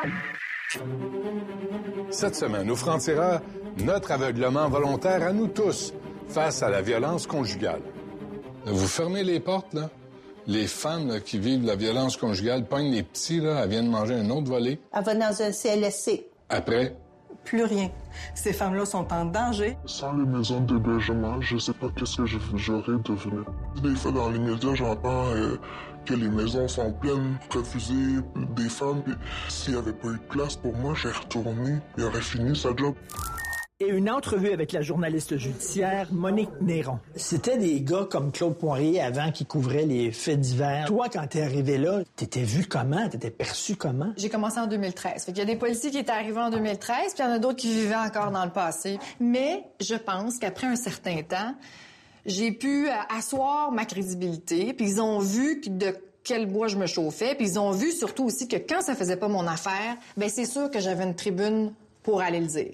Cette semaine, au Franc-Tireur, notre aveuglement volontaire à nous tous face à la violence conjugale. Vous fermez les portes, là? Les femmes là, qui vivent la violence conjugale pognent les petits, là, elles viennent manger un autre volet. Elle va dans un CLSC. Après? Plus rien. Ces femmes-là sont en danger. Sans les maisons d'hébergement, je sais pas qu'est-ce que j'aurais devenu. Des fois, dans les médias, j'entends que les maisons sont pleines, refusées des femmes. Puis, s'il n'y avait pas eu de place pour moi, j'ai retourné. Il aurait fini sa job. Et une entrevue avec la journaliste judiciaire Monique Néron. C'était des gars comme Claude Poirier avant qui couvraient les faits divers. Toi, quand t'es arrivé là, t'étais vu comment? T'étais perçu comment? J'ai commencé en 2013. Fait qu'il y a des policiers qui étaient arrivés en 2013, puis il y en a d'autres qui vivaient encore dans le passé. Mais je pense qu'après un certain temps, j'ai pu asseoir ma crédibilité, puis ils ont vu de quel bois je me chauffais, puis ils ont vu surtout aussi que quand ça faisait pas mon affaire, bien c'est sûr que j'avais une tribune pour aller le dire.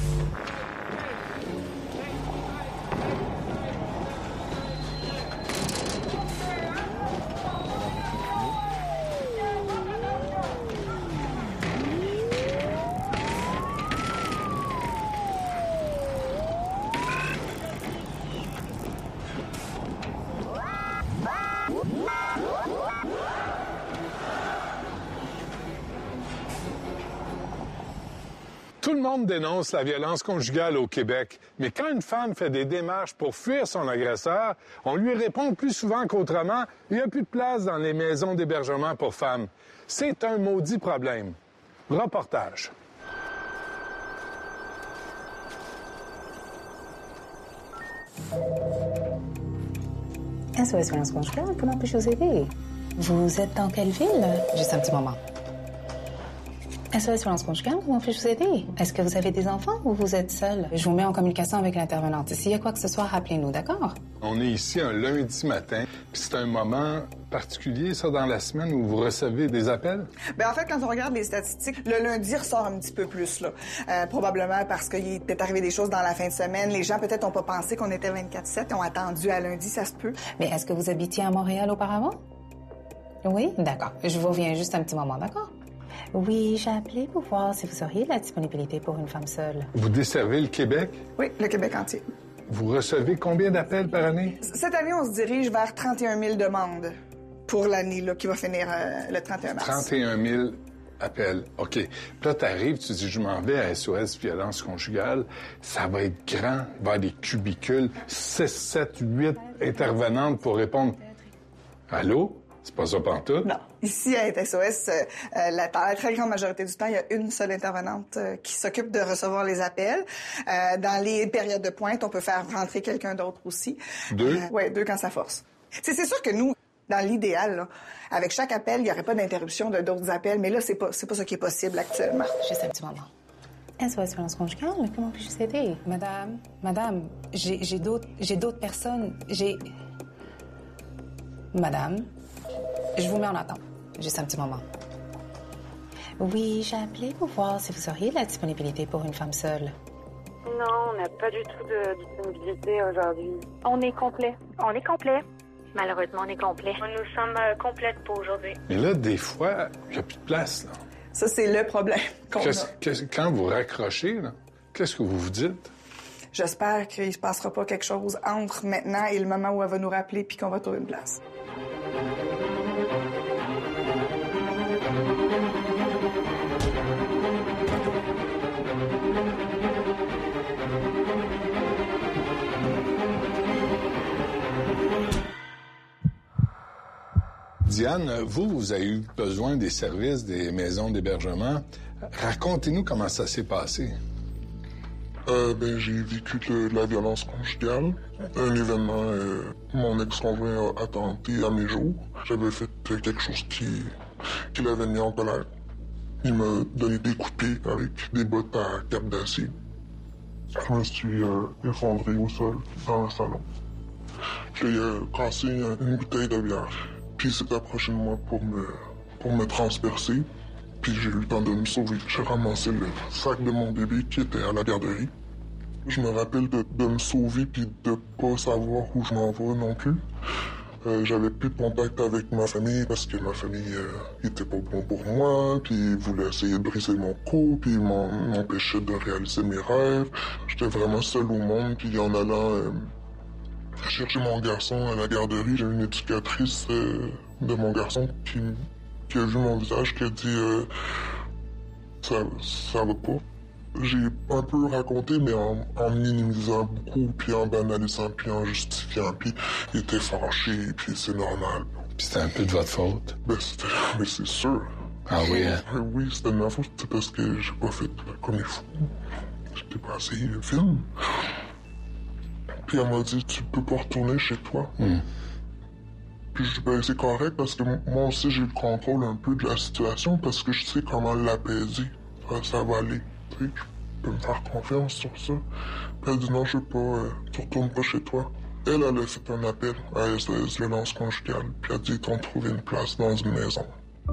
Tout le monde dénonce la violence conjugale au Québec, mais quand une femme fait des démarches pour fuir son agresseur, on lui répond plus souvent qu'autrement, il n'y a plus de place dans les maisons d'hébergement pour femmes. C'est un maudit problème. Reportage. SOS Violence conjugale, comment puis-je vous aider? Vous êtes dans quelle ville? Juste un petit moment. SOS Violence conjugale, comment puis-je vous aider? Est-ce que vous avez des enfants ou vous êtes seul? Je vous mets en communication avec l'intervenante. S'il y a quoi que ce soit, rappelez-nous, d'accord? On est ici un lundi matin, puis c'est un moment particulier, ça, dans la semaine où vous recevez des appels? Bien, en fait, quand on regarde les statistiques, le lundi ressort un petit peu plus, là. Probablement parce qu'il est peut-être arrivé des choses dans la fin de semaine. Les gens, peut-être, n'ont pas pensé qu'on était 24/7, ont attendu à lundi, ça se peut. Mais est-ce que vous habitiez à Montréal auparavant? Oui? D'accord. Je vous reviens juste un petit moment, d'accord? Oui, j'ai appelé pour voir si vous auriez de la disponibilité pour une femme seule. Vous desservez le Québec? Oui, le Québec entier. Vous recevez combien d'appels par année? Cette année, on se dirige vers 31 000 demandes pour l'année là, qui va finir le 31 mars. 31 000 appels. OK. Puis là, t'arrives, tu dis, je m'en vais à SOS Violence conjugale. Ça va être grand. Il va y avoir des cubicules. 6, 7, 8 intervenantes pour répondre. Allô? C'est pas ça pantoute? Non. Ici, à SOS, la très grande majorité du temps, il y a une seule intervenante qui s'occupe de recevoir les appels. Dans les périodes de pointe, on peut faire rentrer quelqu'un d'autre aussi. 2? Oui, 2 quand ça force. C'est sûr que nous, dans l'idéal, là, avec chaque appel, il n'y aurait pas d'interruption de d'autres appels, mais là, c'est pas ça qui est possible actuellement. Juste un petit moment. SOS Violence conjugale, comment puis-je vous aider? Madame, j'ai d'autres personnes. Madame, je vous mets en attente. Juste un petit moment. Oui, j'ai appelé pour voir si vous auriez de la disponibilité pour une femme seule. Non, on n'a pas du tout de disponibilité aujourd'hui. On est complet. Malheureusement, on est complet. Nous sommes complètes pour aujourd'hui. Mais là, des fois, il n'y a plus de place, là. Ça, c'est le problème qu'on a. Quand vous raccrochez, là, qu'est-ce que vous vous dites? J'espère qu'il ne se passera pas quelque chose entre maintenant et le moment où elle va nous rappeler puis qu'on va trouver une place. Diane, vous avez eu besoin des services des maisons d'hébergement. Racontez-nous comment ça s'est passé. J'ai vécu de la violence conjugale. Un événement, mon ex-conjoint a attenté à mes jours. J'avais fait quelque chose qui l'avait mis en colère. Il m'a donné des coups de pied avec des bottes à cap d'acier. Je me suis effondré au sol dans le salon. J'ai cassé une bouteille de bière. Puis il s'est approché de moi pour me transpercer. Puis j'ai eu le temps de me sauver. J'ai ramassé le sac de mon bébé qui était à la garderie. Je me rappelle de me sauver puis de pas savoir où je m'en vais non plus. J'avais plus de contact avec ma famille parce que ma famille était pas bon pour moi, puis ils voulaient essayer de briser mon couple, puis ils m'empêchaient de réaliser mes rêves. J'étais vraiment seul au monde, puis en allant chercher mon garçon à la garderie, j'ai une éducatrice de mon garçon qui a vu mon visage, qui a dit ça va pas. J'ai un peu raconté, mais en minimisant beaucoup, puis en banalisant, puis en justifiant, puis il était fâché, puis c'est normal. Puis c'était un peu de votre faute? Ben, c'est sûr. Ah oui, hein? Oui, c'était de ma faute, c'était parce que j'ai pas fait comme il faut. J'étais pas assez film. Puis elle m'a dit, tu peux pas retourner chez toi. Puis je dis, ben c'est correct, parce que moi aussi j'ai le contrôle un peu de la situation, parce que je sais comment l'apaiser. Ça va aller. Tu sais, je peux me faire confiance sur ça. Puis elle dit non, je veux pas, tu retournes pas chez toi. Elle a fait un appel à SOS Violence Conjugale, puis elle a dit ils t'ont trouvé une place dans une maison.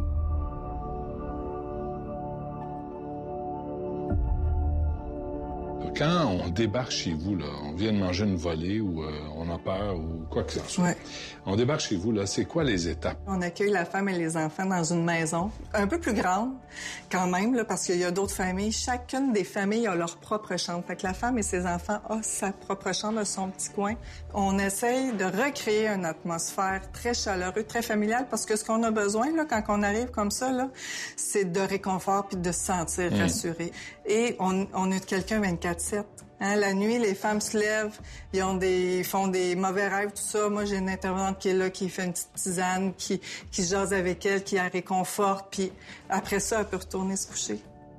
Quand on débarque chez vous, là, on vient de manger une volée ou on a peur ou quoi que ce soit, ouais. On débarque chez vous, là, c'est quoi les étapes? On accueille la femme et les enfants dans une maison, un peu plus grande quand même, là, parce qu'il y a d'autres familles. Chacune des familles a leur propre chambre. Fait que la femme et ses enfants ont sa propre chambre, son petit coin. On essaye de recréer une atmosphère très chaleureuse, très familiale, parce que ce qu'on a besoin, là, quand on arrive comme ça, là, c'est de réconfort puis de se sentir rassuré. Et on est quelqu'un 24/7. Hein, la nuit, les femmes se lèvent, ils font des mauvais rêves, tout ça. Moi, j'ai une intervenante qui est là, qui fait une petite tisane, qui jase avec elle, qui la réconforte, puis après ça, elle peut retourner se coucher.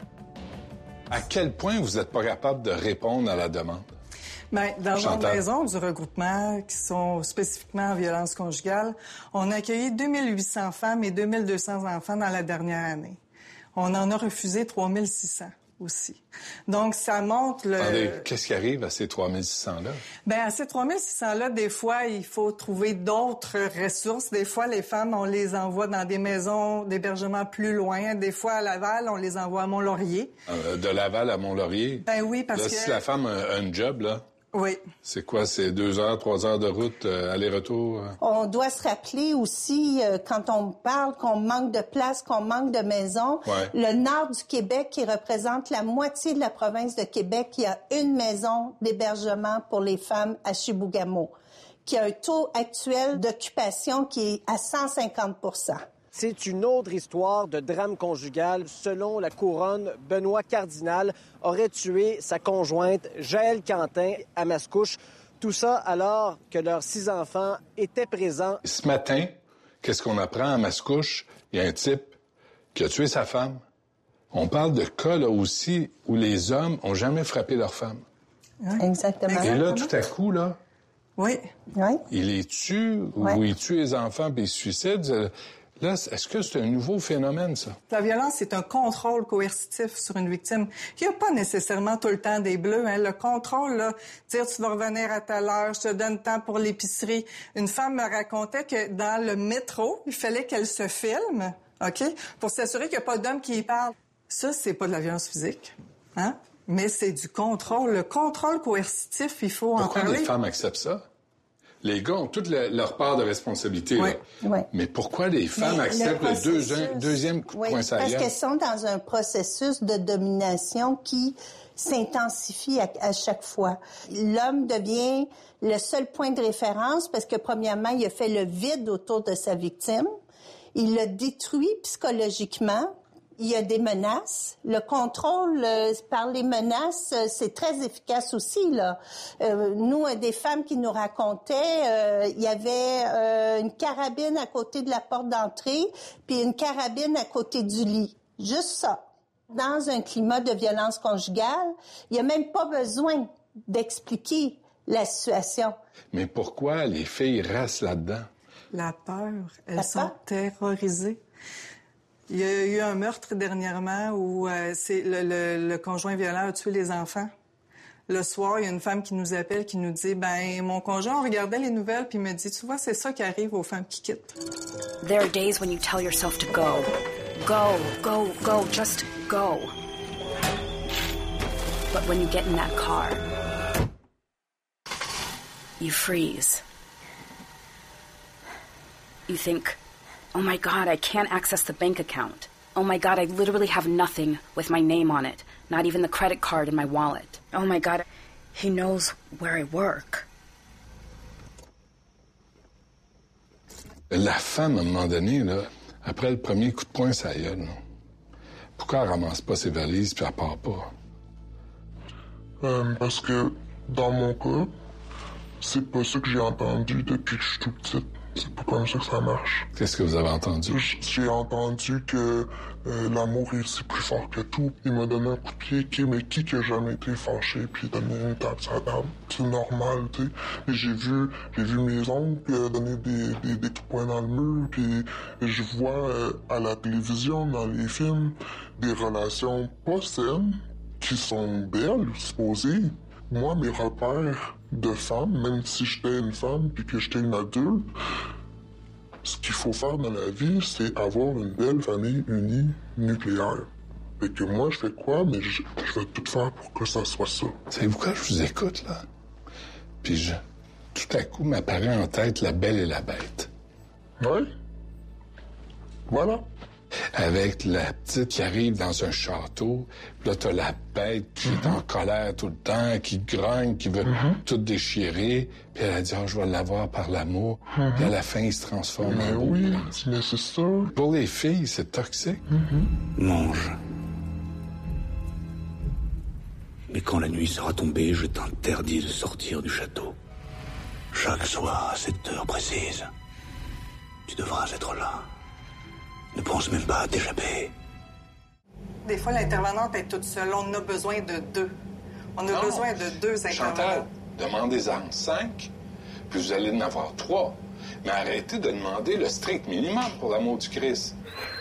À quel point vous n'êtes pas capable de répondre à la demande? Bien, dans nos maisons du regroupement, qui sont spécifiquement en violence conjugale, on a accueilli 2800 femmes et 2200 enfants dans la dernière année. On en a refusé 3600. Aussi. Donc, ça montre le... Attendez, qu'est-ce qui arrive à ces 3600-là? Bien, à ces 3600-là, des fois, il faut trouver d'autres ressources. Des fois, les femmes, on les envoie dans des maisons d'hébergement plus loin. Des fois, à Laval, on les envoie à Mont-Laurier. De Laval à Mont-Laurier? Ben oui, parce là, que... si la femme a un job, là... Oui. C'est quoi? C'est 2 heures, 3 heures de route, aller-retour? On doit se rappeler aussi, quand on parle qu'on manque de place, qu'on manque de maisons, le nord du Québec, qui représente la moitié de la province de Québec, il y a une maison d'hébergement pour les femmes à Chibougamau, qui a un taux actuel d'occupation qui est à 150 %. C'est une autre histoire de drame conjugal. Selon la couronne, Benoît Cardinal aurait tué sa conjointe Jaëlle Quentin à Mascouche. Tout ça alors que leurs 6 enfants étaient présents. Ce matin, qu'est-ce qu'on apprend à Mascouche? Il y a un type qui a tué sa femme. On parle de cas là aussi où les hommes ont jamais frappé leur femme. Oui. Exactement. Et là, tout à coup, là, il les tue ou il tue les enfants puis il se suicide. Là, est-ce que c'est un nouveau phénomène, ça? La violence, c'est un contrôle coercitif sur une victime. Il n'y a pas nécessairement tout le temps des bleus. Hein. Le contrôle, là, dire tu vas revenir à telle heure, je te donne temps pour l'épicerie. Une femme me racontait que dans le métro, il fallait qu'elle se filme, OK, pour s'assurer qu'il n'y a pas d'homme qui y parle. Ça, c'est pas de la violence physique, hein? Mais c'est du contrôle. Le contrôle coercitif, il faut en parler. Pourquoi les femmes acceptent ça? Les gars ont toute leur part de responsabilité. Oui. Oui. Mais pourquoi les femmes acceptent le deuxième coup de poing sur la gueule? Parce qu'elles sont dans un processus de domination qui s'intensifie à chaque fois. L'homme devient le seul point de référence parce que, premièrement, il a fait le vide autour de sa victime. Il l'a détruit psychologiquement. Il y a des menaces. Le contrôle par les menaces, c'est très efficace aussi, là. Nous, des femmes qui nous racontaient, il y avait une carabine à côté de la porte d'entrée, puis une carabine à côté du lit. Juste ça. Dans un climat de violence conjugale, il n'y a même pas besoin d'expliquer la situation. Mais pourquoi les filles restent là-dedans? La peur. Elles sont terrorisées. Il y a eu un meurtre dernièrement où le conjoint violent a tué les enfants. Le soir, il y a une femme qui nous appelle, qui nous dit, mon conjoint, on regardait les nouvelles, puis il me dit, tu vois, c'est ça qui arrive aux femmes qui quittent. There are days when you tell yourself to go. Go, go, go, just go. But when you get in that car, you freeze. You think, oh my God, I can't access the bank account. Oh my God, I literally have nothing with my name on it. Not even the credit card in my wallet. Oh my God, he knows where I work. La femme, à un moment donné, là, après le premier coup de poing, ça y est, là. Pourquoi elle ramasse pas ses valises puis elle part pas? Parce que, dans mon cas, c'est pas ça que j'ai entendu depuis que je suis tout petite. C'est pas comme ça que ça marche. Qu'est-ce que vous avez entendu? J'ai entendu que l'amour c'est plus fort que tout. Il m'a donné un coup de pied, mais qui a jamais été fâché puis donné une tape sur la table? C'est normal, tu sais. Mais j'ai vu mes oncles donner des coups de poing dans le mur, puis je vois à la télévision, dans les films, des relations pas saines qui sont belles, supposées. Moi, mes repères de femmes, même si j'étais une femme puis que j'étais une adulte, ce qu'il faut faire dans la vie, c'est avoir une belle famille unie nucléaire. Et que moi, je fais quoi? Mais je vais tout faire pour que ça soit ça. Savez-vous quoi? Je vous écoute, là. Puis tout à coup, m'apparaît en tête La Belle et la Bête. Oui. Voilà. Avec la petite qui arrive dans un château, puis là, t'as la bête qui est en colère tout le temps, qui grogne, qui veut tout déchirer, puis elle a dit « Ah, je vais l'avoir par l'amour », puis à la fin, il se transforme en beau prince. Mais c'est ça. Pour les filles, c'est toxique. Mange. Mais quand la nuit sera tombée, je t'interdis de sortir du château. Chaque soir, à cette heure précise, tu devras être là. Ne pense même pas à t'échapper. Des fois, l'intervenante est toute seule. On a besoin de deux. On a besoin de deux intervenants. Chantal, demandez-en 5, puis vous allez en avoir 3. Mais arrêtez de demander le strict minimum, pour l'amour du Christ.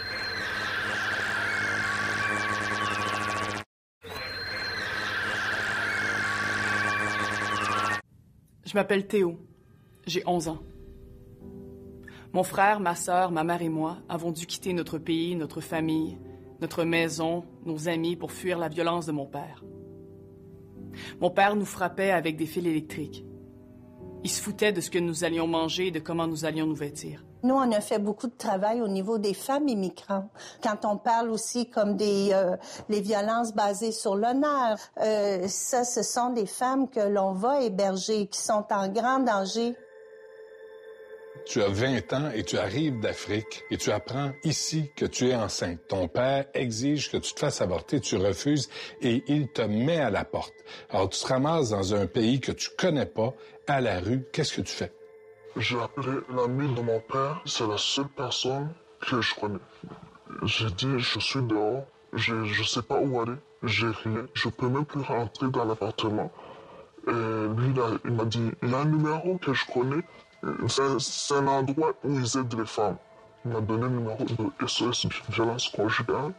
Je m'appelle Théo. J'ai 11 ans. Mon frère, ma sœur, ma mère et moi avons dû quitter notre pays, notre famille, notre maison, nos amis pour fuir la violence de mon père. Mon père nous frappait avec des fils électriques. Il se foutait de ce que nous allions manger et de comment nous allions nous vêtir. Nous, on a fait beaucoup de travail au niveau des femmes immigrantes. Quand on parle aussi comme les violences basées sur l'honneur, ça, ce sont des femmes que l'on va héberger, qui sont en grand danger. Tu as 20 ans et tu arrives d'Afrique et tu apprends ici que tu es enceinte. Ton père exige que tu te fasses avorter, tu refuses et il te met à la porte. Alors tu te ramasses dans un pays que tu connais pas, à la rue. Qu'est-ce que tu fais? J'ai appelé l'ami de mon père. C'est la seule personne que je connais. J'ai dit, je suis dehors, je sais pas où aller, j'ai rien, je peux même plus rentrer dans l'appartement. Et lui, il m'a dit, il y a un numéro que je connais. C'est un endroit où ils aident les femmes. Il m'a donné le numéro de SOS violence conjugale.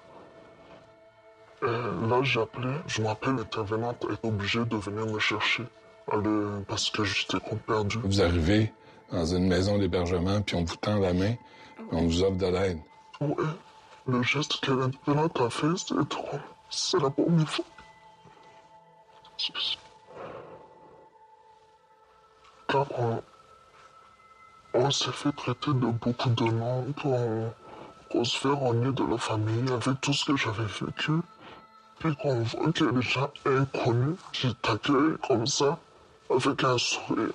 Là, j'ai appelé. Je m'appelle l'intervenante est obligée de venir me chercher parce que j'étais perdu. Vous arrivez dans une maison d'hébergement, puis on vous tend la main, puis on vous offre de l'aide. Ouais. Le geste que l'intervenante a fait, c'est trop. C'est la première fois. Quand on s'est fait traiter de beaucoup de noms, qu'on se fait renier de la famille avec tout ce que j'avais vécu, puis qu'on voit qu'il y a des gens inconnus qui t'accueillent comme ça, avec un sourire,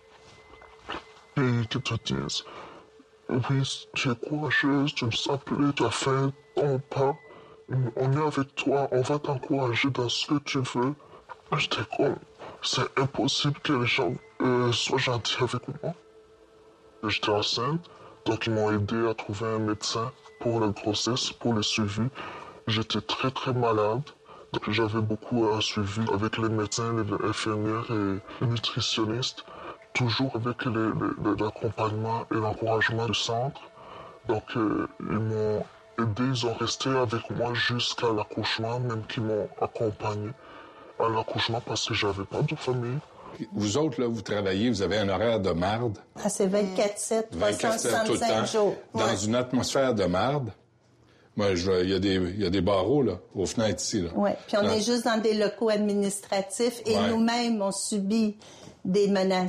et qui te disent « Oui, tu es courageuse, tu nous as appelé, tu as fait ton pas, on est avec toi, on va t'encourager dans ce que tu veux. » J'étais comme « C'est impossible que les gens soient gentils avec moi. » J'étais enceinte, donc ils m'ont aidé à trouver un médecin pour la grossesse, pour le suivi. J'étais très très malade, donc j'avais beaucoup à suivi avec les médecins, les infirmières et les nutritionnistes, toujours avec l'accompagnement et l'encouragement du centre. Donc ils m'ont aidé, ils ont resté avec moi jusqu'à l'accouchement, même qu'ils m'ont accompagné à l'accouchement parce que j'avais pas de famille. Vous autres, là, vous travaillez, vous avez un horaire de marde. Ah, c'est 24/7, 365 jours. Dans une atmosphère de marde. Moi, il y a des barreaux, là, aux fenêtres ici, là. Oui, puis on est juste dans des locaux administratifs et nous-mêmes, on subit des menaces.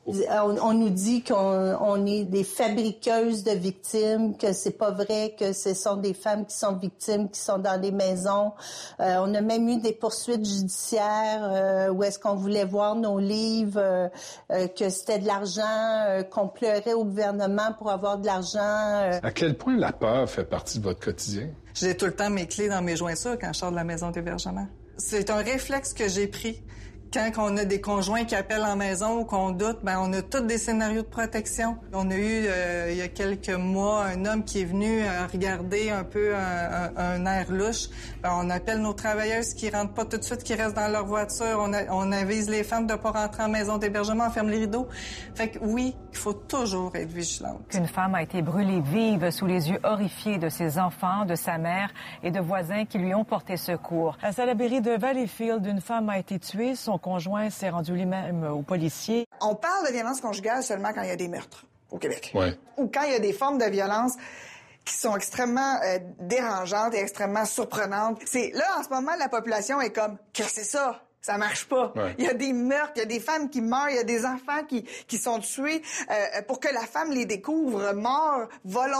On nous dit qu'on est des fabriqueuses de victimes, que c'est pas vrai, que ce sont des femmes qui sont victimes, qui sont dans les maisons. On a même eu des poursuites judiciaires où est-ce qu'on voulait voir nos livres, que c'était de l'argent, qu'on pleurait au gouvernement pour avoir de l'argent. À quel point la peur fait partie de votre quotidien? J'ai tout le temps mes clés dans mes jointures quand je sors de la maison d'hébergement. C'est un réflexe que j'ai pris. Quand on a des conjoints qui appellent en maison ou qu'on doute, on a tous des scénarios de protection. On a eu, il y a quelques mois, un homme qui est venu regarder un peu un air louche. On appelle nos travailleuses qui rentrent pas tout de suite, qui restent dans leur voiture. On avise les femmes de pas rentrer en maison d'hébergement, on ferme les rideaux. Fait que oui, il faut toujours être vigilante. Une femme a été brûlée vive sous les yeux horrifiés de ses enfants, de sa mère et de voisins qui lui ont porté secours. À Salaberry de Valleyfield, une femme a été tuée. Son conjoint s'est rendu lui-même aux policiers. On parle de violence conjugale seulement quand il y a des meurtres au Québec. Ouais. Ou quand il y a des formes de violence qui sont extrêmement dérangeantes et extrêmement surprenantes. C'est là, en ce moment, la population est comme « Qu'est-ce que c'est ça? Ça marche pas. Ouais. Il y a des meurtres, il y a des femmes qui meurent, il y a des enfants qui sont tués pour que la femme les découvre morts volontairement. »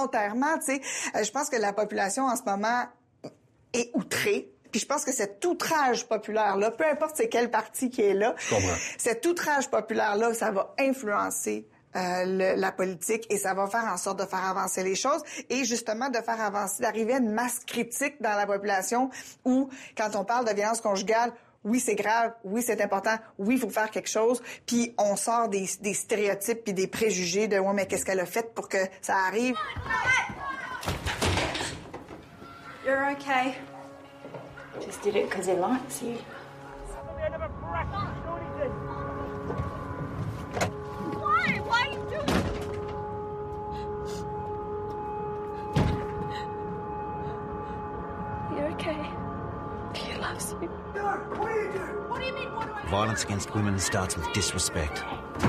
Tu sais, je pense que la population, en ce moment, est outrée. Puis je pense que cet outrage populaire-là, peu importe c'est quel parti qui est là, cet outrage populaire-là, ça va influencer la politique et ça va faire en sorte de faire avancer les choses et justement de faire avancer, d'arriver à une masse critique dans la population où, quand on parle de violence conjugale, oui, c'est grave, oui, c'est important, oui, il faut faire quelque chose, puis on sort des stéréotypes puis des préjugés de « ouais, mais qu'est-ce qu'elle a fait pour que ça arrive? » You're okay. Just did it because he likes you. Why? Why are you doing this? You're okay. He loves you. What are you doing? What do you mean, what do I do? Violence against women starts with disrespect.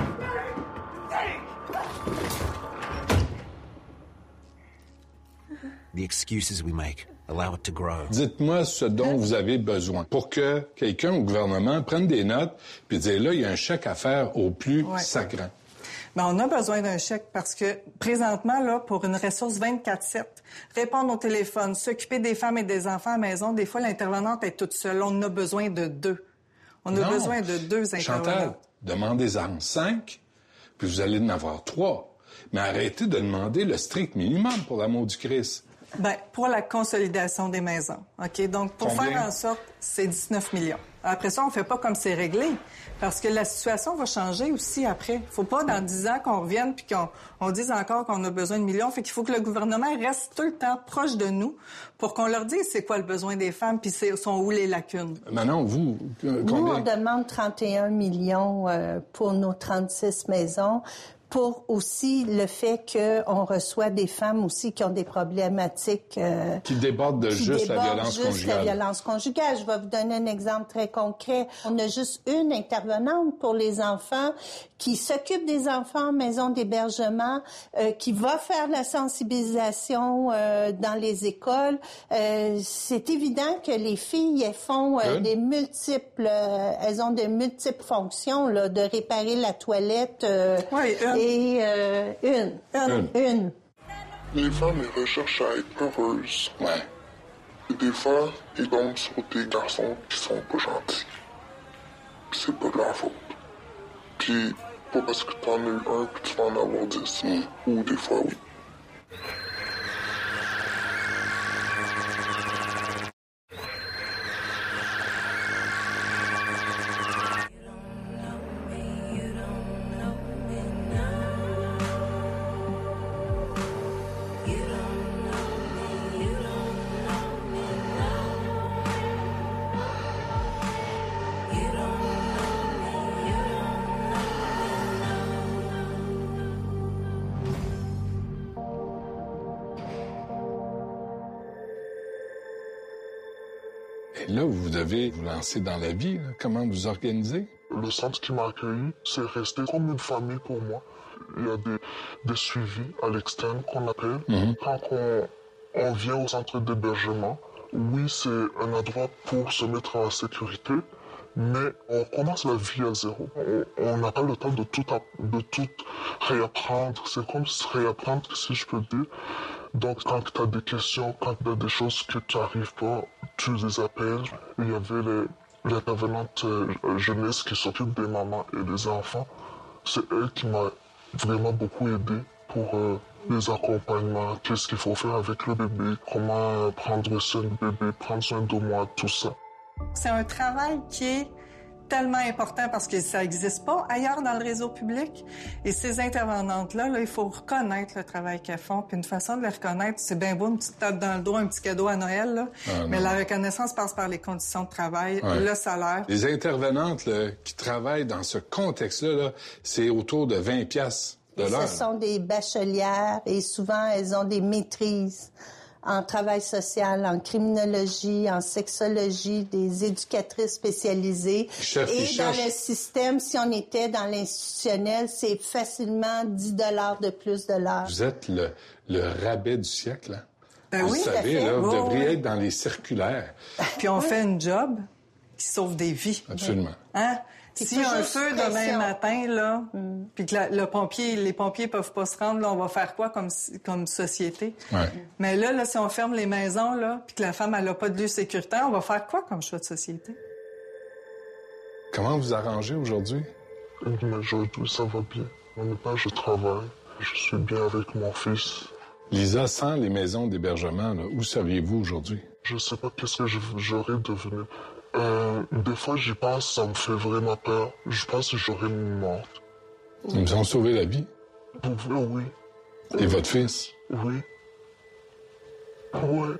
The excuses we make. Allow it to grow. Dites-moi ce dont vous avez besoin pour que quelqu'un au gouvernement prenne des notes puis dise là, il y a un chèque à faire au plus sacrant. Bien, on a besoin d'un chèque parce que présentement, là, pour une ressource 24/7, répondre au téléphone, s'occuper des femmes et des enfants à la maison, des fois, l'intervenante est toute seule. On a besoin de 2. On a besoin de 2 intervenants. Chantal, demandez-en 5, puis vous allez en avoir 3. Mais arrêtez de demander le strict minimum pour l'amour du Christ. Bien, pour la consolidation des maisons. OK? Donc, pour faire en sorte, c'est 19 millions. Après ça, on fait pas comme c'est réglé. Parce que la situation va changer aussi après. Faut pas, dans 10 ans, qu'on revienne puis qu'on dise encore qu'on a besoin de millions. Fait qu'il faut que le gouvernement reste tout le temps proche de nous pour qu'on leur dise c'est quoi le besoin des femmes puis sont où les lacunes. Manon, vous, combien? Nous, on demande 31 millions pour nos 36 maisons. Pour aussi le fait qu'on reçoit des femmes aussi qui ont des problématiques... qui débordent de juste la violence conjugale. La violence conjugale. Je vais vous donner un exemple très concret. On a juste une intervenante pour les enfants qui s'occupe des enfants en maison d'hébergement, qui va faire la sensibilisation dans les écoles. C'est évident que les filles, elles font des multiples... elles ont de multiples fonctions, là, de réparer la toilette... Et une. Les femmes, elles recherchent à être heureuses. Ouais. Et des fois, ils tombent sur des garçons qui sont pas gentils. Puis c'est pas de leur faute. Puis, pas parce que t'en as eu un que tu vas en avoir 10. Ou des fois, oui. Et là, vous devez vous lancer dans la vie. Là. Comment vous organisez? Le centre qui m'a accueilli, c'est resté comme une famille pour moi. Il y a des suivis à l'externe qu'on appelle. Quand on vient au centre d'hébergement, oui, c'est un endroit pour se mettre en sécurité, Mais on commence la vie à zéro. On n'a pas le temps de tout réapprendre. C'est comme réapprendre, si je peux dire. Donc, quand tu as des questions, quand tu as des choses que tu n'arrives pas, tu les appelles. Il y avait l'intervenante jeunesse qui s'occupe des mamans et des enfants. C'est elle qui m'a vraiment beaucoup aidé pour les accompagnements, qu'est-ce qu'il faut faire avec le bébé, comment prendre soin du bébé, prendre soin de moi, tout ça. C'est un travail qui est tellement important parce que ça n'existe pas ailleurs dans le réseau public. Et ces intervenantes-là, il faut reconnaître le travail qu'elles font. Puis une façon de les reconnaître, c'est bien beau, une petite tape dans le dos, un petit cadeau à Noël, là. Mais la reconnaissance passe par les conditions de travail, le salaire. Les intervenantes là, qui travaillent dans ce contexte-là, là, c'est autour de 20 piastres de l'heure. Ce sont des bachelières et souvent, elles ont des maîtrises en travail social, en criminologie, en sexologie, des éducatrices spécialisées. Dans le système, si on était dans l'institutionnel, c'est facilement 10 $ de plus de l'heure. Vous êtes le rabais du siècle, hein? Ben vous oui, savez, là, vous devriez être dans les circulaires. Puis on fait un job qui sauve des vies. Absolument. Hein? S'il y a un feu demain matin, là, puis que les pompiers peuvent pas se rendre, là, on va faire quoi comme société? Ouais. Mais là, si on ferme les maisons, là, puis que la femme, elle a pas de lieu sécuritaire, on va faire quoi comme choix de société? Comment vous arrangez aujourd'hui? Aujourd'hui, ça va bien. Honnêtement, je travaille. Je suis bien avec mon fils. Lisa, sans les maisons d'hébergement, là, où seriez-vous aujourd'hui? Je sais pas qu'est-ce que j'aurais devenu. Des fois, j'y pense, ça me fait vraiment peur. Je pense que j'aurais mort. Ils nous ont sauvé la vie? Oui. Et votre fils? Oui. Oui.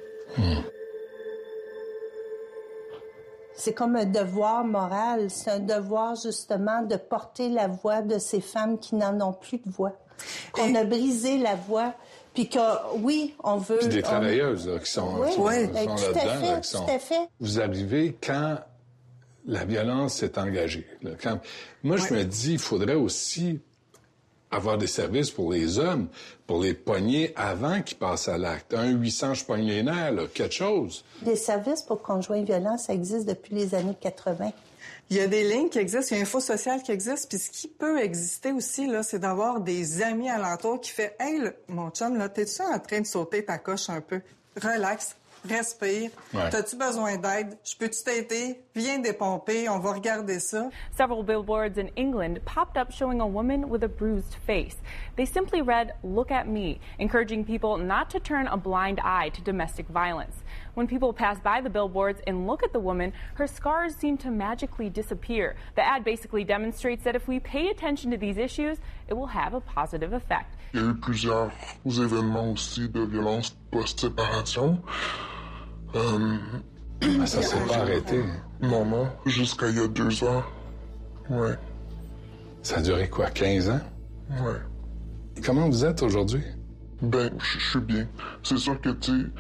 C'est comme un devoir moral. C'est un devoir, justement, de porter la voix de ces femmes qui n'en ont plus de voix. Qu'on a brisé la voix, puis que, oui, on veut... Puis des travailleuses là, qui sont là-dedans. Tout à fait. Vous arrivez quand la violence s'est engagée. Là. Moi, je me dis, il faudrait aussi avoir des services pour les hommes, pour les pogner avant qu'ils passent à l'acte. 1-800, je pogne les nerfs, là, quelque chose. Des services pour conjoints violents, ça existe depuis les années 80. Il y a des lignes qui existent, il y a Info Social qui existe, puis ce qui peut exister aussi, là, c'est d'avoir des amis alentour qui fait « Hey, mon chum, là, t'es-tu en train de sauter ta coche un peu? Relax, respire. Ouais. T'as-tu besoin d'aide? Je peux-tu t'aider? Viens dépomper, on va regarder ça. » Several billboards in England popped up showing a woman with a bruised face. They simply read, "Look at me," encouraging people not to turn a blind eye to domestic violence. When people pass by the billboards and look at the woman, her scars seem to magically disappear. The ad basically demonstrates that if we pay attention to these issues, it will have a positive effect. Il y a eu plusieurs événements aussi de violence post-séparation. Ça s'est pas arrêté. Non, jusqu'à il y a 2 ans. Ouais. Ça a duré quoi, 15 ans? Ouais. Et comment vous êtes aujourd'hui? Ben, je suis bien. C'est sûr que, tu sais,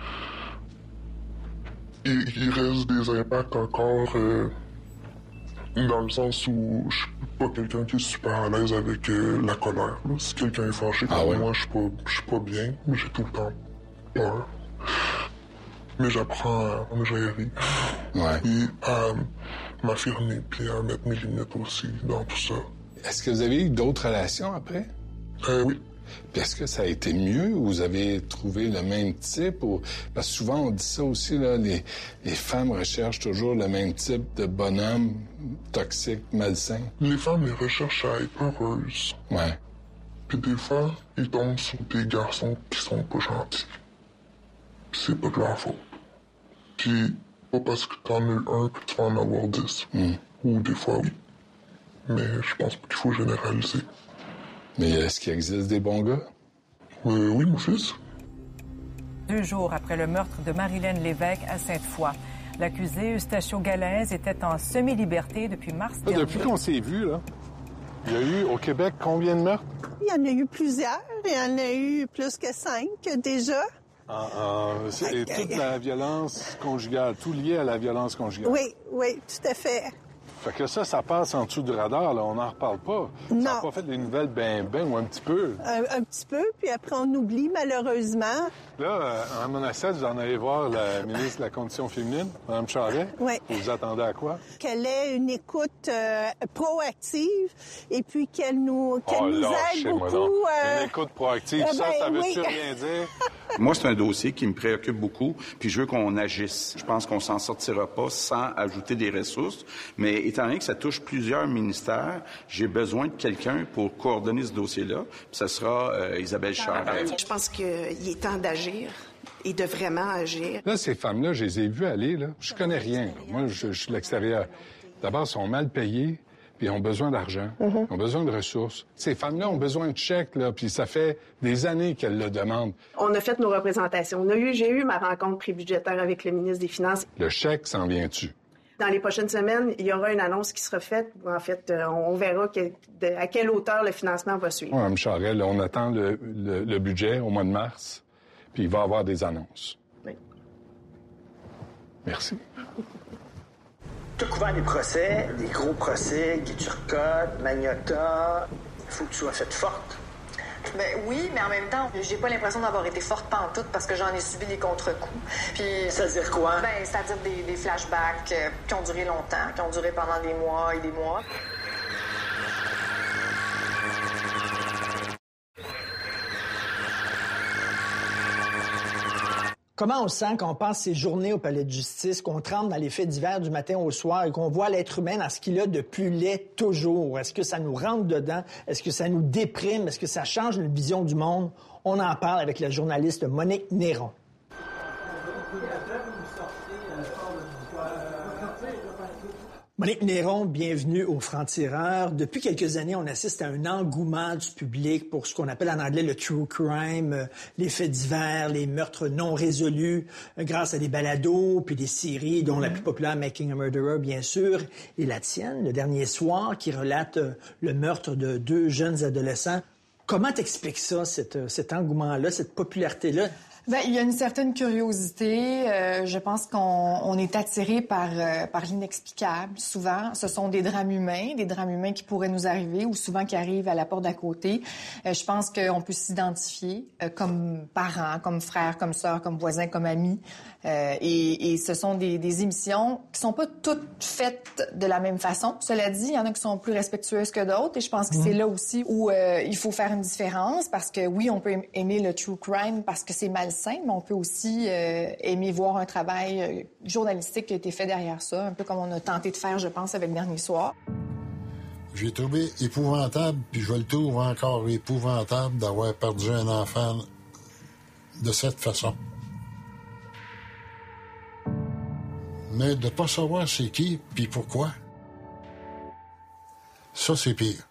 il reste des impacts encore dans le sens où je suis pas quelqu'un qui est super à l'aise avec la colère. Là. Si quelqu'un est fâché contre moi, je suis pas bien. J'ai tout le temps peur. Mais j'apprends à me gérer. Et à m'affirmer, puis à mettre mes limites aussi dans tout ça. Est-ce que vous avez eu d'autres relations après? Oui. Puis est-ce que ça a été mieux ou vous avez trouvé le même type? Parce que souvent, on dit ça aussi, là, les femmes recherchent toujours le même type de bonhomme toxique, malsain. Les femmes, les recherchent à être heureuses. Ouais. Puis des fois, ils tombent sur des garçons qui sont pas gentils. C'est pas de leur faute. Puis, pas parce que t'en as eu un que tu vas en avoir 10. Ou des fois, oui. Mais je pense pas qu'il faut généraliser. Mais est-ce qu'il existe des bons gars? Oui, mon fils. 2 jours après le meurtre de Marilène Lévesque à Sainte-Foy, l'accusé Eustachio Galaise était en semi-liberté depuis mars dernier. Depuis qu'on s'est vu, là, il y a eu au Québec combien de meurtres? Il y en a eu plusieurs. Il y en a eu plus que 5 déjà. Et toute la violence conjugale, tout lié à la violence conjugale. Oui, tout à fait. Fait que ça passe en dessous du radar, là. On n'en reparle pas. Non. Ça n'a pas fait des nouvelles ben ou un petit peu. Un petit peu, puis après on oublie malheureusement. Là, en mon assiette, vous en allez voir la ministre de la Condition féminine, Mme Charest. Oui. Vous vous attendez à quoi? Qu'elle ait une écoute proactive et puis qu'elle nous aide beaucoup. Une écoute proactive, ça veut-tu rien dire? Moi, c'est un dossier qui me préoccupe beaucoup, puis je veux qu'on agisse. Je pense qu'on s'en sortira pas sans ajouter des ressources, mais étant donné que ça touche plusieurs ministères, j'ai besoin de quelqu'un pour coordonner ce dossier-là, puis ça sera Isabelle Charest. Je pense qu'il est temps d'agir et de vraiment agir. Là, ces femmes-là, je les ai vues aller, là. Je connais rien. Moi, je suis de l'extérieur. D'abord, elles sont mal payées, puis ils ont besoin d'argent, ils ont besoin de ressources. Ces femmes-là ont besoin de chèques, là, puis ça fait des années qu'elles le demandent. On a fait nos représentations. J'ai eu ma rencontre prébudgétaire avec le ministre des Finances. Le chèque s'en vient-tu? Dans les prochaines semaines, il y aura une annonce qui sera faite. En fait, on verra à quelle hauteur le financement va suivre. Oui, Mme Charest, là, on attend le budget au mois de mars, puis il va y avoir des annonces. Oui. Merci. Tu as couvert des procès, des gros procès, Guy Turcotte, Magnotta. Il faut que tu sois faite forte. Ben oui, mais en même temps, j'ai pas l'impression d'avoir été forte pantoute parce que j'en ai subi des contre-coups. Puis c'est-à-dire quoi? Ben, c'est-à-dire des flashbacks qui ont duré longtemps, qui ont duré pendant des mois et des mois. Comment on sent quand on passe ces journées au palais de justice, qu'on trempe dans les faits divers du matin au soir et qu'on voit l'être humain dans ce qu'il a de plus laid toujours? Est-ce que ça nous rentre dedans? Est-ce que ça nous déprime? Est-ce que ça change notre vision du monde? On en parle avec la journaliste Monique Néron. Monique Néron, bienvenue au Franc-Tireur. Depuis quelques années, on assiste à un engouement du public pour ce qu'on appelle en anglais le true crime, les faits divers, les meurtres non résolus, grâce à des balados puis des séries, dont la plus populaire, Making a Murderer, bien sûr, et la tienne, Le Dernier Soir, qui relate le meurtre de 2 jeunes adolescents. Comment t'expliques ça, cet engouement-là, cette popularité-là? Ben, il y a une certaine curiosité. Je pense qu'on est attiré par l'inexplicable. Souvent, ce sont des drames humains qui pourraient nous arriver ou souvent qui arrivent à la porte d'à côté. Je pense qu'on peut s'identifier comme parents, comme frères, comme sœurs, comme voisins, comme amis. Et ce sont des émissions qui sont pas toutes faites de la même façon. Cela dit, il y en a qui sont plus respectueuses que d'autres. Et je pense que c'est là aussi où il faut faire une différence parce que oui, on peut aimer le true crime parce que c'est malsain, mais on peut aussi aimer voir un travail journalistique qui a été fait derrière ça, un peu comme on a tenté de faire, je pense, avec Dernier Soir. J'ai trouvé épouvantable, puis je le trouve encore épouvantable d'avoir perdu un enfant de cette façon. Mais de ne pas savoir c'est qui, puis pourquoi, ça, c'est pire.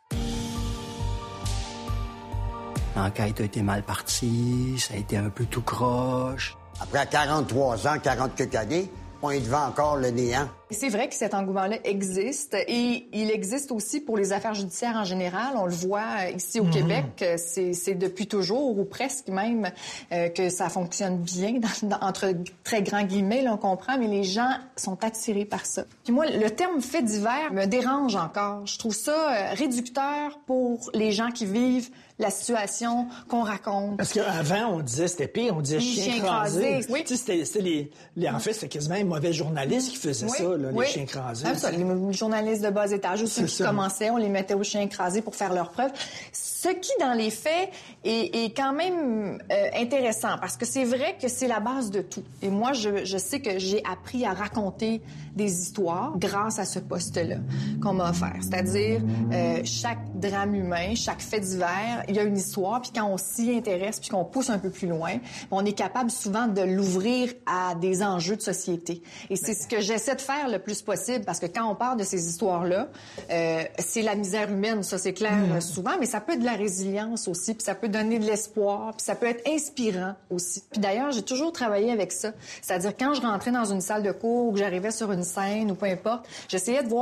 L'enquête a été mal partie, ça a été un peu tout croche. Après 43 ans, 40 quelques années, on est devant encore le néant. C'est vrai que cet engouement-là existe et il existe aussi pour les affaires judiciaires en général. On le voit ici au Québec, c'est depuis toujours ou presque même que ça fonctionne bien, entre très grands guillemets, là, on comprend, mais les gens sont attirés par ça. Puis moi, le terme fait divers me dérange encore. Je trouve ça réducteur pour les gens qui vivent la situation qu'on raconte. Parce qu'avant, on disait, c'était pire, on disait chien écrasé. Oui. Tu sais, en fait, c'était quasiment les mauvais journalistes qui faisaient ça, là, les chiens écrasés. Les journalistes de bas étage, ou ceux qui commençaient, on les mettait aux chiens écrasés pour faire leurs preuves. Ce qui, dans les faits, est quand même intéressant, parce que c'est vrai que c'est la base de tout. Et moi, je sais que j'ai appris à raconter des histoires grâce à ce poste-là qu'on m'a offert. C'est-à-dire, chaque drame humain, chaque fait divers, il y a une histoire, puis quand on s'y intéresse, puis qu'on pousse un peu plus loin, on est capable souvent de l'ouvrir à des enjeux de société. Et c'est ce que j'essaie de faire le plus possible, parce que quand on parle de ces histoires-là, c'est la misère humaine, ça c'est clair souvent, mais ça peut être de la résilience aussi, puis ça peut donner de l'espoir, puis ça peut être inspirant aussi. Puis d'ailleurs, j'ai toujours travaillé avec ça. C'est-à-dire, quand je rentrais dans une salle de cours ou que j'arrivais sur une scène ou peu importe, j'essayais de voir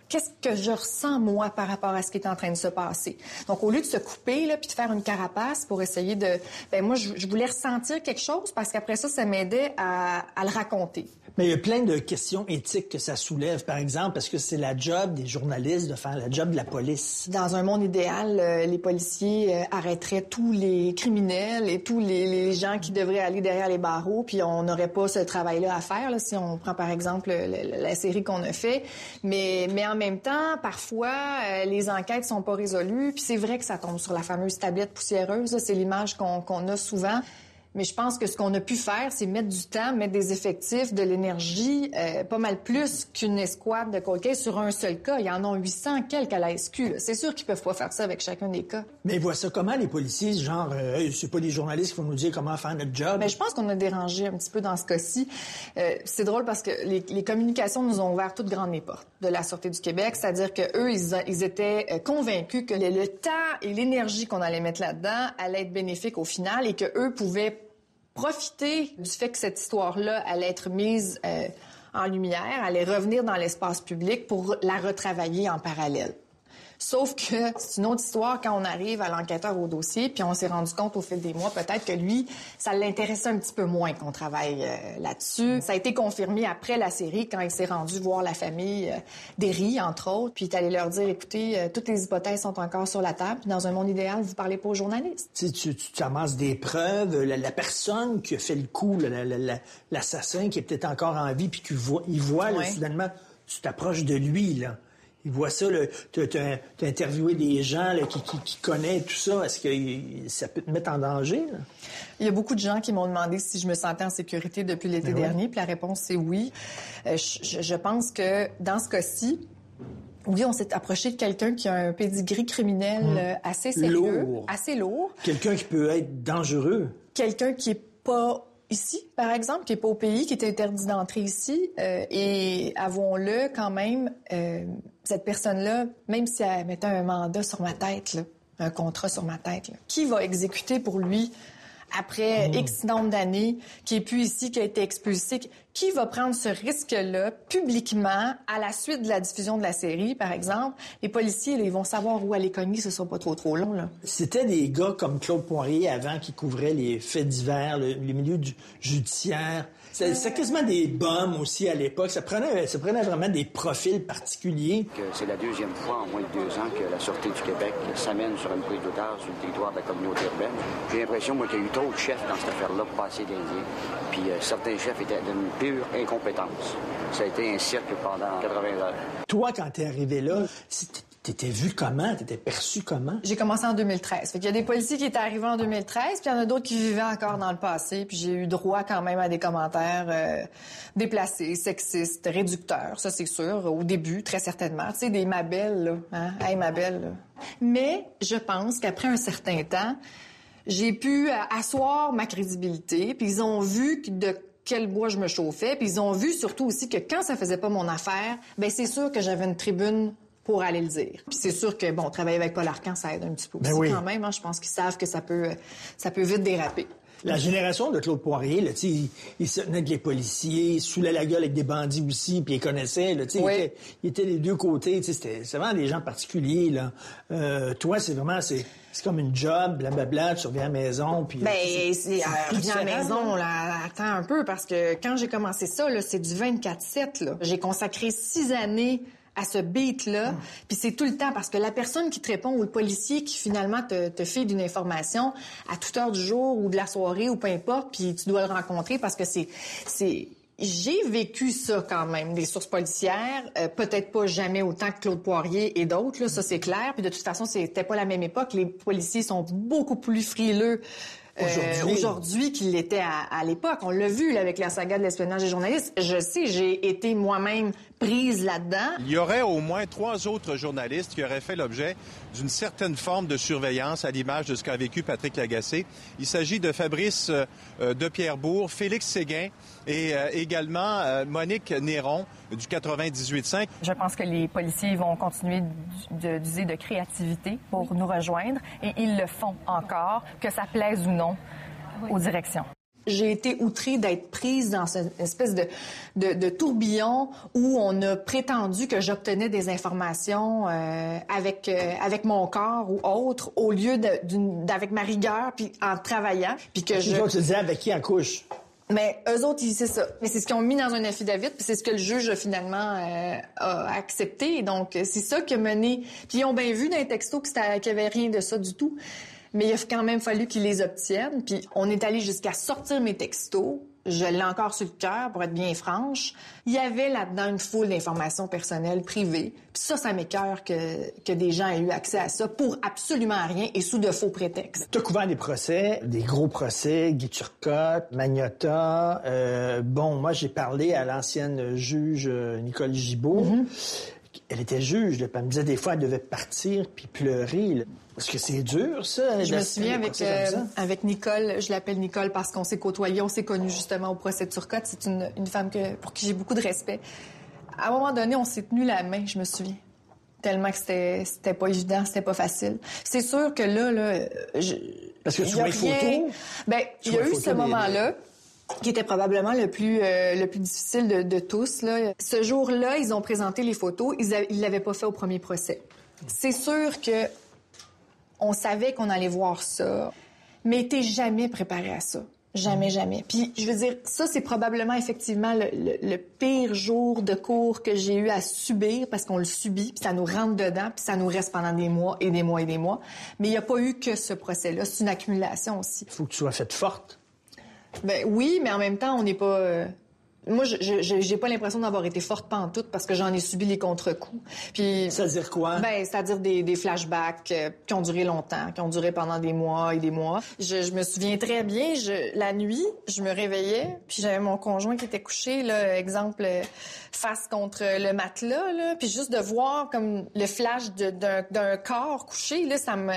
Qu'est-ce que je ressens, moi, par rapport à ce qui est en train de se passer? Donc, au lieu de se couper, là, puis de faire une carapace pour essayer de... moi, je voulais ressentir quelque chose parce qu'après ça m'aidait à le raconter. Mais il y a plein de questions éthiques que ça soulève, par exemple, parce que c'est la job des journalistes de faire la job de la police. Dans un monde idéal, les policiers arrêteraient tous les criminels et tous les gens qui devraient aller derrière les barreaux, puis on n'aurait pas ce travail-là à faire, là, si on prend, par exemple, la série qu'on a fait. Mais en même temps, parfois, les enquêtes sont pas résolues, puis c'est vrai que ça tombe sur la fameuse tablette poussiéreuse, là, c'est l'image qu'on a souvent. Mais je pense que ce qu'on a pu faire, c'est mettre du temps, mettre des effectifs, de l'énergie, pas mal plus qu'une escouade de cold case sur un seul cas. Il y en a 800 quelques à la SQ. Là. C'est sûr qu'ils peuvent pas faire ça avec chacun des cas. Mais voient ça comment, les policiers? Genre, c'est pas les journalistes qui vont nous dire comment faire notre job? Bien, je pense qu'on a dérangé un petit peu dans ce cas-ci. C'est drôle parce que les communications nous ont ouvert toutes grandes les portes de la Sûreté du Québec. C'est-à-dire qu'eux, ils étaient convaincus que le temps et l'énergie qu'on allait mettre là-dedans allait être bénéfique au final et qu'eux pouvaient profiter du fait que cette histoire-là allait être mise en lumière, allait revenir dans l'espace public pour la retravailler en parallèle. Sauf que c'est une autre histoire quand on arrive à l'enquêteur au dossier, puis on s'est rendu compte au fil des mois, peut-être que lui, ça l'intéressait un petit peu moins qu'on travaille là-dessus. Ça a été confirmé après la série, quand il s'est rendu voir la famille d'Herry, entre autres, puis il est allé leur dire, écoutez, toutes les hypothèses sont encore sur la table, puis dans un monde idéal, vous parlez pas aux journalistes. Tu amasses des preuves, la personne qui a fait le coup, l'assassin qui est peut-être encore en vie, puis qu'il voit, là, soudainement, tu t'approches de lui, là. Il voit ça, tu as interviewé des gens là, qui connaissent tout ça. Est-ce que ça peut te mettre en danger? Là? Il y a beaucoup de gens qui m'ont demandé si je me sentais en sécurité depuis l'été dernier, puis la réponse, c'est oui. Je pense que dans ce cas-ci, oui, on s'est approché de quelqu'un qui a un pédigree criminel assez sérieux, assez lourd. Quelqu'un qui peut être dangereux. Quelqu'un qui est pas ici, par exemple, qui n'est pas au pays, qui est interdit d'entrer ici. Et avouons-le, quand même, cette personne-là, même si elle mettait un mandat sur ma tête, là, un contrat sur ma tête, là, qui va exécuter pour lui après X nombre d'années, qui est plus ici, qui a été expulsé, qui va prendre ce risque-là publiquement à la suite de la diffusion de la série, par exemple? Les policiers, là, ils vont savoir où aller cogner, ce sera pas trop long, là. C'était des gars comme Claude Poirier avant qui couvraient les faits divers, les milieux judiciaires. C'était quasiment des bums aussi à l'époque. Ça prenait vraiment des profils particuliers. C'est la deuxième fois en moins de 2 ans que la Sûreté du Québec s'amène sur une prise d'otage sur le territoire de la communauté urbaine. J'ai l'impression, moi, qu'il y a eu trop de chefs dans cette affaire-là pour pas assez d'Indiens. Puis certains chefs étaient d'une pure incompétence. Ça a été un cirque pendant 80 heures. Toi, quand t'es arrivé là, t'étais vu comment? T'étais perçu comment? J'ai commencé en 2013. Fait qu'il y a des policiers qui étaient arrivés en 2013, puis il y en a d'autres qui vivaient encore dans le passé, puis j'ai eu droit quand même à des commentaires déplacés, sexistes, réducteurs, ça c'est sûr, au début, très certainement. Tu sais, des ma belle, là. Hein? Hey, ma belle, là. Mais je pense qu'après un certain temps, j'ai pu asseoir ma crédibilité, puis ils ont vu de quel bois je me chauffais, puis ils ont vu surtout aussi que quand ça faisait pas mon affaire, bien c'est sûr que j'avais une tribune pour aller le dire. Puis c'est sûr que, bon, travailler avec Paul Arcan, ça aide un petit peu aussi quand même. Hein, je pense qu'ils savent que ça peut vite déraper. La génération de Claude Poirier, là, il se tenait avec les policiers, il saoulait la gueule avec des bandits aussi, puis il connaissait, là, il était des deux côtés, c'était vraiment des gens particuliers, là. Toi, c'est comme une job, blablabla, tu reviens à la maison, puis... reviens à la maison, là, attends un peu, parce que quand j'ai commencé ça, là, c'est du 24/7, là. J'ai consacré 6 années à ce beat-là, puis c'est tout le temps, parce que la personne qui te répond ou le policier qui finalement te fait d'une information à toute heure du jour ou de la soirée ou peu importe, puis tu dois le rencontrer parce que c'est... J'ai vécu ça quand même, des sources policières, peut-être pas jamais autant que Claude Poirier et d'autres, là, ça c'est clair, puis de toute façon, c'était pas la même époque, les policiers sont beaucoup plus frileux aujourd'hui qu'il l'était à l'époque. On l'a vu là, avec la saga de l'espionnage des journalistes. Je sais, j'ai été moi-même prise là-dedans. Il y aurait au moins 3 autres journalistes qui auraient fait l'objet d'une certaine forme de surveillance à l'image de ce qu'a vécu Patrick Lagacé. Il s'agit de Fabrice de Pierrebourg, Félix Séguin et également Monique Néron du 98.5. Je pense que les policiers vont continuer d'user de créativité pour nous rejoindre et ils le font encore, que ça plaise ou non aux directions. J'ai été outrée d'être prise dans cette espèce de tourbillon où on a prétendu que j'obtenais des informations avec mon corps ou autre, au lieu d'avec ma rigueur, puis en travaillant. Puis que je... Tu disais avec qui en couche? Mais eux autres, c'est ça. Mais c'est ce qu'ils ont mis dans un affidavit, puis c'est ce que le juge finalement a accepté. Donc, c'est ça qui a mené... Puis ils ont bien vu dans les textos qu'il n'y avait rien de ça du tout. Mais il a quand même fallu qu'ils les obtiennent. Puis on est allé jusqu'à sortir mes textos. Je l'ai encore sur le cœur, pour être bien franche. Il y avait là-dedans une foule d'informations personnelles privées. Puis ça m'écoeure que des gens aient eu accès à ça pour absolument rien et sous de faux prétextes. Tu as couvert des procès, des gros procès, Guy Turcotte, Magnotta. Moi, j'ai parlé à l'ancienne juge Nicole Gibault. Mm-hmm. Elle était juge, elle me disait des fois, elle devait partir puis pleurer. Parce que c'est dur, ça. Je me souviens avec Nicole, je l'appelle Nicole parce qu'on s'est côtoyés, on s'est connus justement au procès de Turcotte. C'est une femme pour qui j'ai beaucoup de respect. À un moment donné, on s'est tenu la main, je me souviens. Tellement que c'était pas évident, c'était pas facile. C'est sûr que là... Parce que tu vois les photos? Il y a eu ce moment-là qui était probablement le plus difficile de tous. Là. Ce jour-là, ils ont présenté les photos. Ils l'avaient pas fait au premier procès. C'est sûr que on savait qu'on allait voir ça, mais t'es jamais préparé à ça. Jamais, jamais. Puis, je veux dire, ça, c'est probablement effectivement le pire jour de cours que j'ai eu à subir, parce qu'on le subit, puis ça nous rentre dedans, puis ça nous reste pendant des mois et des mois et des mois. Mais il n'y a pas eu que ce procès-là. C'est une accumulation aussi. Il faut que tu sois faite forte. Oui, mais en même temps, on n'est pas... Moi, j'ai pas l'impression d'avoir été forte pantoute parce que j'en ai subi les contre-coups. Puis, c'est-à-dire quoi? C'est-à-dire des flashbacks qui ont duré longtemps, qui ont duré pendant des mois et des mois. Je me souviens très bien, la nuit, je me réveillais, puis j'avais mon conjoint qui était couché, là, exemple, face contre le matelas, là, puis juste de voir comme le flash d'un corps couché, là, ça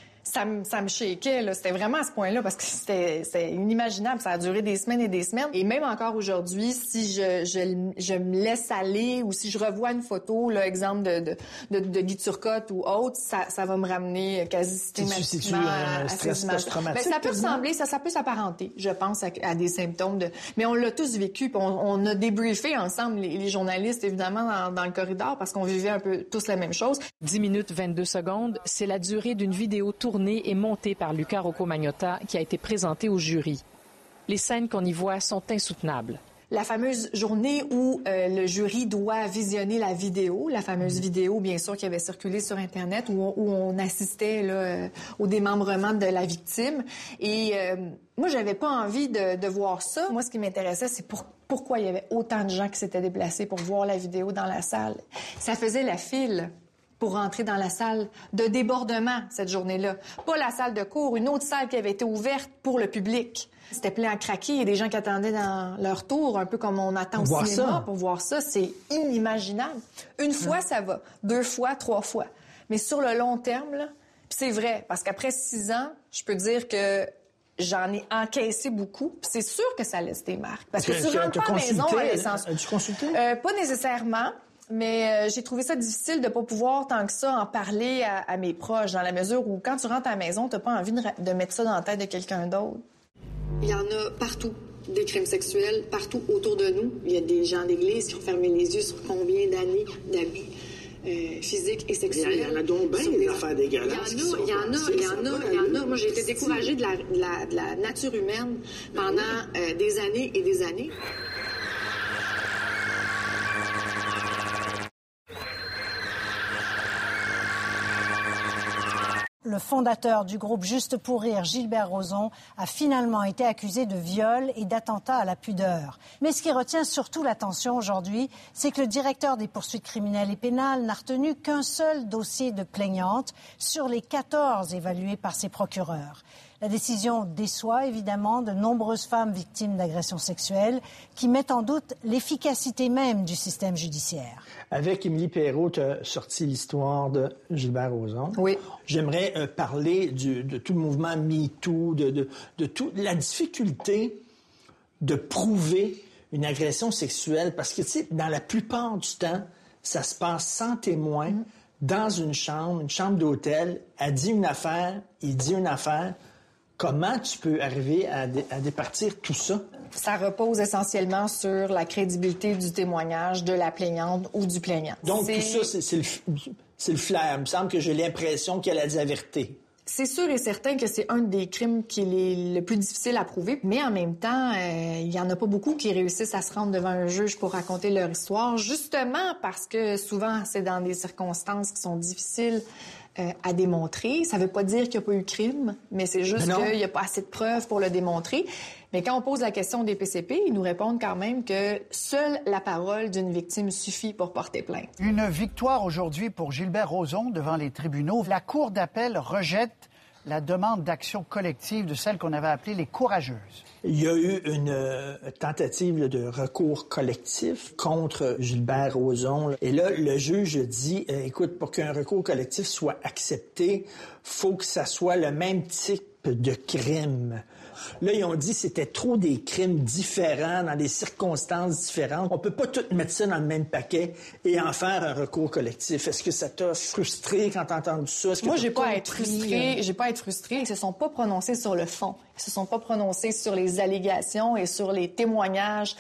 me shakeait, là. C'était vraiment à ce point-là parce que c'était inimaginable. Ça a duré des semaines et des semaines. Et même encore aujourd'hui, si je me laisse aller ou si je revois une photo, là, exemple de Guy Turcotte ou autre, ça va me ramener quasi systématiquement à ces images. Ça peut ressembler, ça peut s'apparenter, je pense, à des symptômes mais on l'a tous vécu. Puis on a débriefé ensemble, les journalistes, évidemment, dans le corridor parce qu'on vivait un peu tous la même chose. 10 minutes 22 secondes, c'est la durée d'une vidéo tournée et montée par Luca Rocco Magnotta qui a été présentée au jury. Les scènes qu'on y voit sont insoutenables. La fameuse journée où le jury doit visionner la vidéo, la fameuse vidéo, bien sûr, qui avait circulé sur Internet, où on assistait là, au démembrement de la victime. Et moi, j'avais pas envie de voir ça. Moi, ce qui m'intéressait, c'est pourquoi il y avait autant de gens qui s'étaient déplacés pour voir la vidéo dans la salle. Ça faisait la file pour rentrer dans la salle de débordement cette journée-là. Pas la salle de cours, une autre salle qui avait été ouverte pour le public. C'était plein à craquer. Il y a des gens qui attendaient dans leur tour, un peu comme on attend au cinéma pour voir ça. C'est inimaginable. Une fois, ça va. 2 fois, 3 fois. Mais sur le long terme, là, puis c'est vrai, parce qu'après 6 ans, je peux dire que j'en ai encaissé beaucoup. Puis c'est sûr que ça laisse des marques. Parce que tu rentres pas à la maison à l'essence. As-tu consulté? Pas nécessairement. Mais j'ai trouvé ça difficile de pas pouvoir tant que ça en parler à mes proches, dans la mesure où quand tu rentres à la maison, t'as pas envie de mettre ça dans la tête de quelqu'un d'autre. Il y en a partout, des crimes sexuels, partout autour de nous. Il y a des gens d'église qui ont fermé les yeux sur combien d'années d'abus physiques et sexuels. Il y en a donc bien des affaires dégueulasses. Il y en a. Moi, j'ai été découragée de la nature humaine pendant des années et des années. Le fondateur du groupe Juste pour rire, Gilbert Rozon, a finalement été accusé de viol et d'attentat à la pudeur. Mais ce qui retient surtout l'attention aujourd'hui, c'est que le directeur des poursuites criminelles et pénales n'a retenu qu'un seul dossier de plaignante sur les 14 évalués par ses procureurs. La décision déçoit évidemment de nombreuses femmes victimes d'agressions sexuelles qui mettent en doute l'efficacité même du système judiciaire. Avec Émilie Perrault, tu as sorti l'histoire de Gilbert Rozon. Oui. J'aimerais parler de tout le mouvement MeToo, de toute la difficulté de prouver une agression sexuelle. Parce que, tu sais, dans la plupart du temps, ça se passe sans témoin, dans une chambre d'hôtel. Elle dit une affaire, il dit une affaire. Comment tu peux arriver à départir tout ça? Ça repose essentiellement sur la crédibilité du témoignage de la plaignante ou du plaignant. Donc, tout ça, c'est le flair. Il me semble que j'ai l'impression qu'elle a dit la vérité. C'est sûr et certain que c'est un des crimes qui est le plus difficile à prouver, mais en même temps, il y en a pas beaucoup qui réussissent à se rendre devant un juge pour raconter leur histoire, justement parce que souvent, c'est dans des circonstances qui sont difficiles à démontrer. Ça veut pas dire qu'il n'y a pas eu crime, mais c'est juste qu'il n'y a pas assez de preuves pour le démontrer. Mais quand on pose la question des PCP, ils nous répondent quand même que seule la parole d'une victime suffit pour porter plainte. Une victoire aujourd'hui pour Gilbert Rozon devant les tribunaux. La Cour d'appel rejette la demande d'action collective de celle qu'on avait appelée les courageuses. Il y a eu une tentative de recours collectif contre Gilbert Rozon. Et là, le juge dit, écoute, pour qu'un recours collectif soit accepté, faut que ça soit le même type de crime. Là, ils ont dit que c'était trop des crimes différents, dans des circonstances différentes. On peut pas tout mettre ça dans le même paquet et en faire un recours collectif. Est-ce que ça t'a frustré quand t'as entendu ça? Moi, j'ai pas à être frustrée. J'ai pas à être frustrée. Ils se sont pas prononcés sur le fond. Ils se sont pas prononcés sur les allégations et sur les témoignages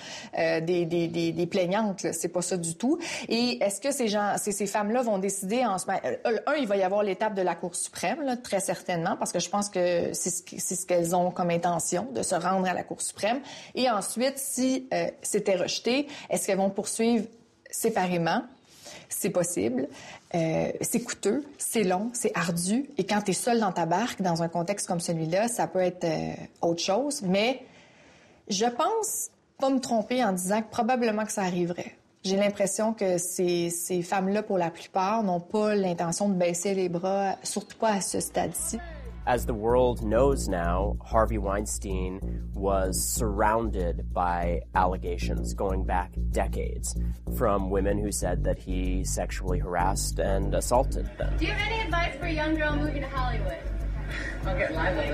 des plaignantes. Là. C'est pas ça du tout. Et est-ce que ces femmes-là vont décider en ce moment... il va y avoir l'étape de la Cour suprême, là, très certainement, parce que je pense que c'est ce qu'elles ont comme intention, de se rendre à la Cour suprême. Et ensuite, si c'était rejeté, est-ce qu'elles vont poursuivre séparément? C'est possible. C'est coûteux, c'est long, c'est ardu. Et quand tu es seul dans ta barque, dans un contexte comme celui-là, ça peut être autre chose. Mais je pense pas me tromper en disant que probablement que ça arriverait. J'ai l'impression que ces femmes-là, pour la plupart, n'ont pas l'intention de baisser les bras, surtout pas à ce stade-ci. As the world knows now, Harvey Weinstein was surrounded by allegations going back decades from women who said that he sexually harassed and assaulted them. Do you have any advice for a young girl moving to Hollywood? I'll get live with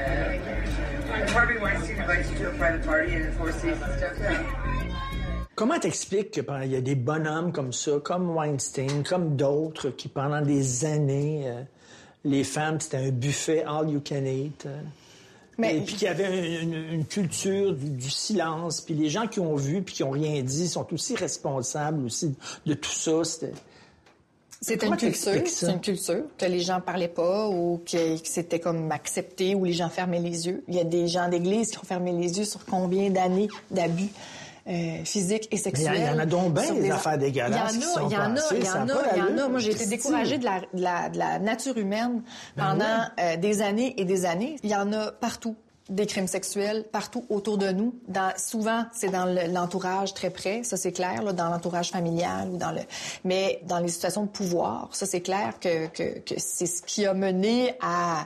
us. Harvey Weinstein invites you to a private party and Four Seasons stuff. Yeah. Comment t'expliques qu'il y a des bonhommes comme ça, comme Weinstein, comme d'autres, qui pendant des années... les femmes, c'était un buffet all you can eat. Et puis qu'il y avait une culture du silence. Puis les gens qui ont vu puis qui n'ont rien dit sont aussi responsables aussi de tout ça. C'est une culture. C'est une culture que les gens parlaient pas ou que c'était comme accepté ou les gens fermaient les yeux. Il y a des gens d'église qui ont fermé les yeux sur combien d'années d'abus physiques et sexuels. Il y en a donc bien des affaires dégueulasses qui sont passées. Il y en a. Moi, j'ai été découragée de la nature humaine pendant des années et des années. Il y en a partout. Des crimes sexuels partout autour de nous. Souvent, c'est dans l'entourage très près, ça c'est clair, là, dans l'entourage familial ou mais dans les situations de pouvoir, ça c'est clair que c'est ce qui a mené à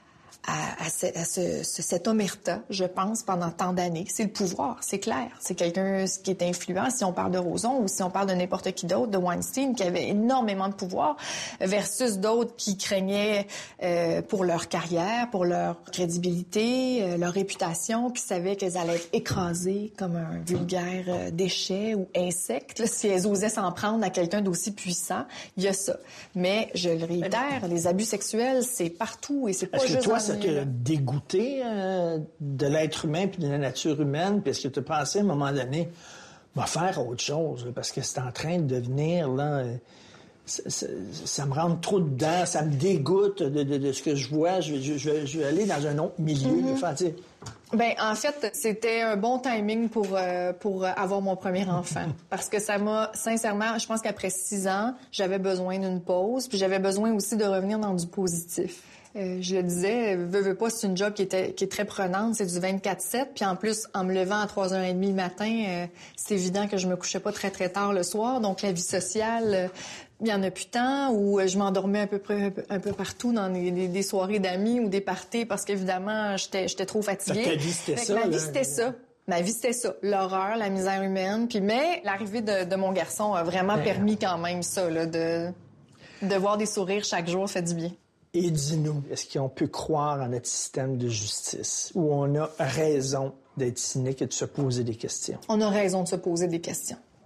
cette omerta, je pense, pendant tant d'années. C'est le pouvoir, c'est clair. C'est quelqu'un qui est influent, si on parle de Rozon ou si on parle de n'importe qui d'autre, de Weinstein, qui avait énormément de pouvoir, versus d'autres qui craignaient pour leur carrière, pour leur crédibilité, leur réputation, qui savaient qu'elles allaient être écrasées comme un vulgaire déchet ou insecte, là, si elles osaient s'en prendre à quelqu'un d'aussi puissant. Il y a ça. Mais, je le réitère, les abus sexuels, c'est partout et c'est pas juste... Ça t'a dégoûté de l'être humain puis de la nature humaine, puis est-ce que tu as pensé à un moment donné, va faire autre chose, là, parce que c'est en train de devenir, là, ça me rentre trop dedans, ça me dégoûte de ce que je vois, je vais aller dans un autre milieu. Ben, en fait, c'était un bon timing pour avoir mon premier enfant. Parce que ça m'a, sincèrement, je pense qu'après 6 ans, j'avais besoin d'une pause, puis j'avais besoin aussi de revenir dans du positif. Je le disais, veux pas, c'est une job qui est très prenante, c'est du 24/7, puis en plus, en me levant à 3h30 le matin, c'est évident que je me couchais pas très très tard le soir, donc la vie sociale, il y en a plus tant, ou je m'endormais un peu partout dans des soirées d'amis ou des parties parce qu'évidemment, j'étais trop fatiguée. Ta vie, c'était ça? Ma vie, c'était ça. Ma vie, c'était ça. L'horreur, la misère humaine. Mais l'arrivée de mon garçon a vraiment permis quand même ça, là, de voir des sourires chaque jour fait du bien. Et dis-nous, est-ce qu'on peut croire en notre système de justice où on a raison d'être cynique et de se poser des questions? On a raison de se poser des questions.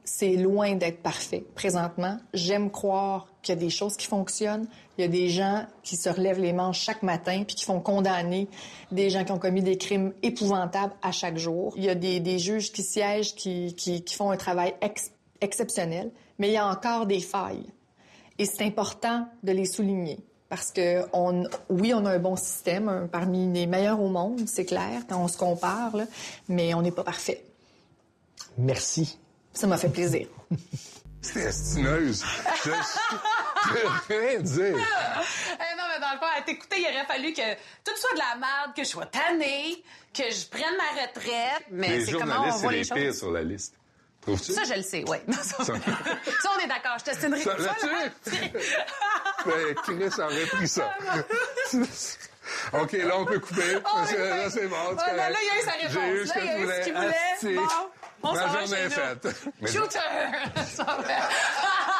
c'est loin d'être parfait. Présentement, j'aime croire qu'il y a des choses qui fonctionnent. Il y a des gens qui se relèvent les manches chaque matin puis qui font condamner des gens qui ont commis des crimes épouvantables à chaque jour. Il y a des juges qui siègent, qui font un travail exceptionnel, mais il y a encore des failles. Et c'est important de les souligner. Parce que, on a un bon système, parmi les meilleurs au monde, c'est clair, quand on se compare, là, mais on n'est pas parfait. Merci. Ça m'a fait plaisir. C'est estineuse. Je peux rien dire. Non, mais dans le fond, à t'écouter, il aurait fallu que tout soit de la merde, que je sois tannée, que je prenne ma retraite. Mais les c'est comment on voit les c'est les pires choses. sur la liste. Trouves-tu? Ça, je le sais, oui. Ça, on est d'accord. Je t'estimerai ça. Là-dessus? Ben, Chris aurait pris ça. OK, là, on peut couper. Parce que là, c'est bon. Là, il y a eu sa réponse. J'ai eu ce que je voulais. Bon, on Ma s'en va journée chez est faite. Shooter!